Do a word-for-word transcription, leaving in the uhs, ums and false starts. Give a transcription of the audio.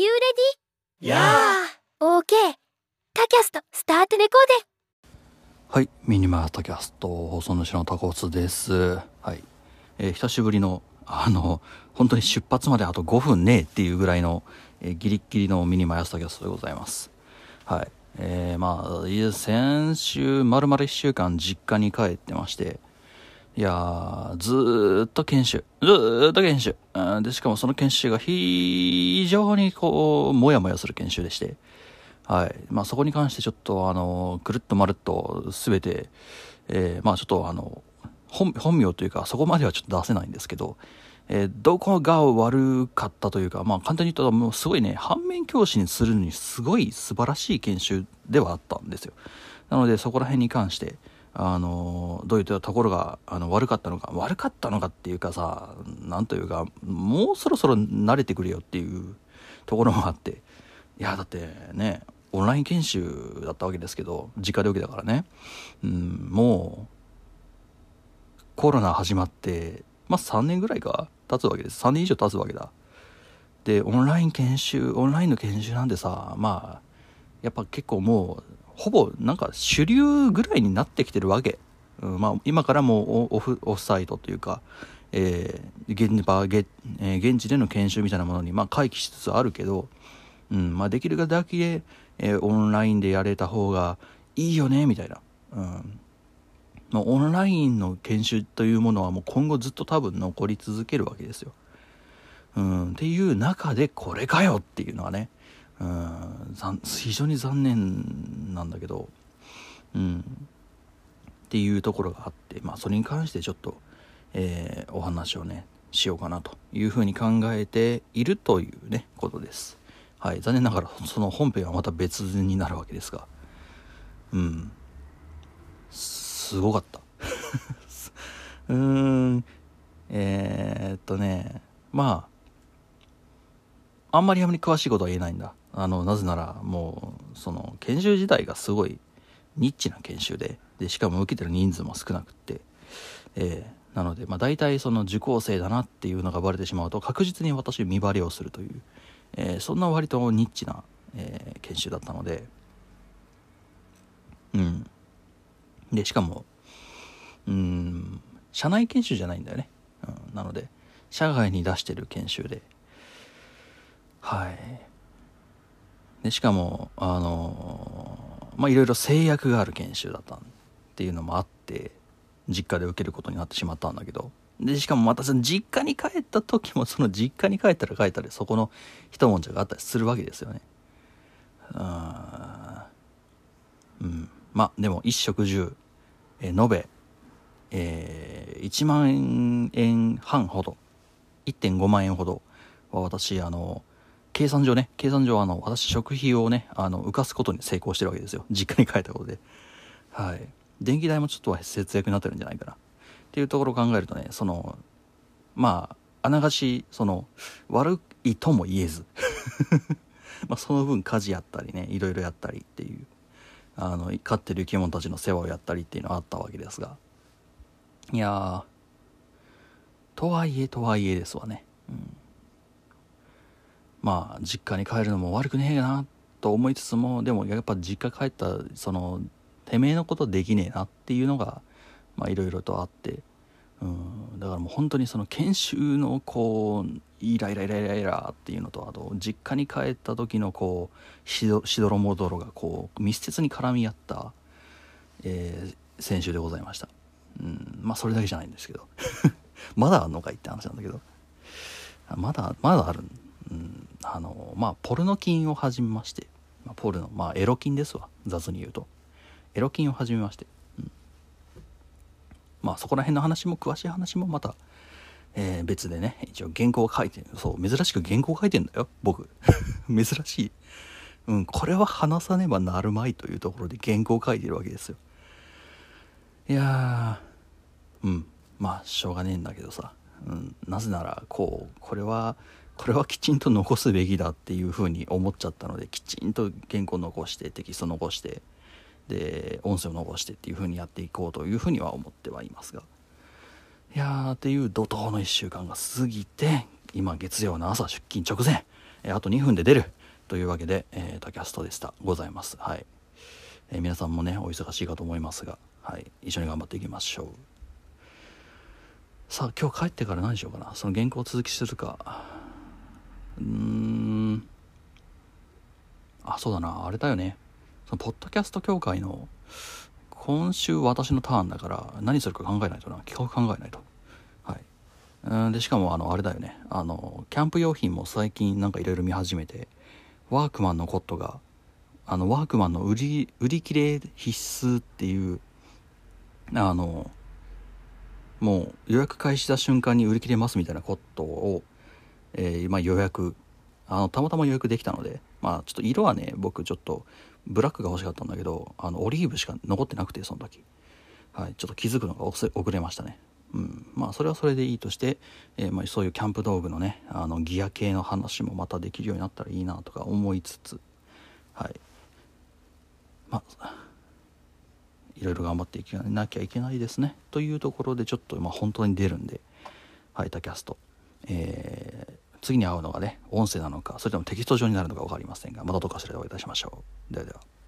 you ready? やー OK タキャストスタートレコーデ。 はい、ミニマータキャスト放送主のタコツです。はい、えー、久しぶりのあの本当に出発まであとごふんねえっていうぐらいの、えー、ギリッギリのミニマータキャストでございます。はい、えー、まあいや先週丸々いっしゅうかん実家に帰ってまして、いやーずーっと研修ずーっと研修、うん、でしかもその研修が非常にこうモヤモヤする研修でして、はい、まあそこに関してちょっとあのくるっとまるっとすべて、えー、まあちょっとあの 本, 本名というかそこまではちょっと出せないんですけど、えー、どこが悪かったというか、まあ簡単に言うともうすごいね、反面教師にするのにすごい素晴らしい研修ではあったんですよ。なのでそこら辺に関してあのどういったところがあの悪かったのか悪かったのかっていうかさ、なんというかもうそろそろ慣れてくれよっていうところもあって、いやだってねオンライン研修だったわけですけど、直で受けたからね、うん、もうコロナ始まってまあさんねんぐらいか経つわけです。さんねん以上経つわけだ。でオンライン研修オンラインの研修なんでさ、まあやっぱ結構もうほぼなんか主流ぐらいになってきてるわけ、うん、まあ今からもうオフオフサイトというか、えー、現場現、えー、現地での研修みたいなものにまあ回帰しつつあるけど、うんまあ、できるだけで、えー、オンラインでやれた方がいいよねみたいな、うんまあ、オンラインの研修というものはもう今後ずっと多分残り続けるわけですよ、うん、っていう中でこれかよっていうのはね、うん、非常に残念なんだけど、うん、っていうところがあって、まあ、それに関してちょっと、えー、お話をねしようかなというふうに考えているというねことです。はい、残念ながらその本編はまた別になるわけですが、うんすごかったうーんえー、っとねまああんまりあんまり詳しいことは言えないんだ。あのなぜならもうその研修自体がすごいニッチな研修で、でしかも受けてる人数も少なくって、えー、なのでまあ大体その受講生だなっていうのがバレてしまうと確実に私見バレをするという、えー、そんな割とニッチな、えー、研修だったので、うんでしかもうん社内研修じゃないんだよね、うん、なので社外に出してる研修で、はいでしかもあのー、まあいろいろ制約がある研修だったっていうのもあって実家で受けることになってしまったんだけど、でしかもまたその実家に帰った時もその実家に帰ったら帰ったらそこの一文字があったりするわけですよね。あうんまあでも一食住、えー、延べ、えー、いちまんえんはんほど いってんごまんえんほどは私あの計算上ね計算上あの私食費をねあの浮かすことに成功してるわけですよ、実家に帰ったことで。はい電気代もちょっとは節約になってるんじゃないかなっていうところを考えるとね、そのまああながちその悪いとも言えずまあその分家事やったりねいろいろやったりっていうあの飼ってる生き物たちの世話をやったりっていうのはあったわけですが、いやーとはいえとはいえですわね、うん、まあ実家に帰るのも悪くねえなと思いつつも、でもやっぱ実家帰ったそのてめえのことできねえなっていうのがまあいろいろとあって、うんだからもう本当にその研修のこうイライライライライラっていうのと、あと実家に帰った時のこうしどしどろもどろがこう密接に絡み合った、えー、先週でございました。うんまあそれだけじゃないんですけどまだあんのかいって話なんだけど、まだまだある、うん、あのまあポルノ菌を始めまして、まあ、ポルノまあエロ菌ですわ、雑に言うとエロ菌を始めまして、うん、まあそこら辺の話も詳しい話もまた、えー、別でね一応原稿を書いてる。そう珍しく原稿を書いてんだよ僕珍しい、うん、これは話さねばなるまいというところで原稿を書いているわけですよ。いやーうんまあしょうがねえんだけどさ、うん、なぜならこうこれはこれはきちんと残すべきだっていうふうに思っちゃったので、きちんと原稿残してテキスト残してで音声を残してっていう風にやっていこうというふうには思ってはいますが、いやーっていう怒涛のいっしゅうかんが過ぎて今月曜の朝出勤直前、 えー、あとにふんで出るというわけで、えー、タキャストでしたございます。はい、えー、皆さんもねお忙しいかと思いますが、はい、一緒に頑張っていきましょう。さあ今日帰ってから何しようかな。その原稿を続きするか、うーんあそうだな、あれだよね、そのポッドキャスト協会の今週私のターンだから何するか考えないとな、企画考えないと。はい、うんでしかもあのあれだよね、あのキャンプ用品も最近なんかいろいろ見始めて、ワークマンのコットがあのワークマンの売り売り切れ必須っていう、あのもう予約開始した瞬間に売り切れますみたいなコットを、えー、まあ予約あのたまたま予約できたので、まあちょっと色はね僕ちょっとブラックが欲しかったんだけど、あのオリーブしか残ってなくてその時、はい、ちょっと気づくのが遅れましたね。うん、まあそれはそれでいいとして、えー、まあそういうキャンプ道具のねあのギア系の話もまたできるようになったらいいなとか思いつつ、はいまあいろいろ頑張っていかなきゃいけないですねというところで、ちょっとまあ本当に出るんで、はい、タキャスト、えー、次に会うのがね音声なのかそれともテキスト上になるのか分かりませんが、またどこかしらでお会いいたしましょう。ではでは。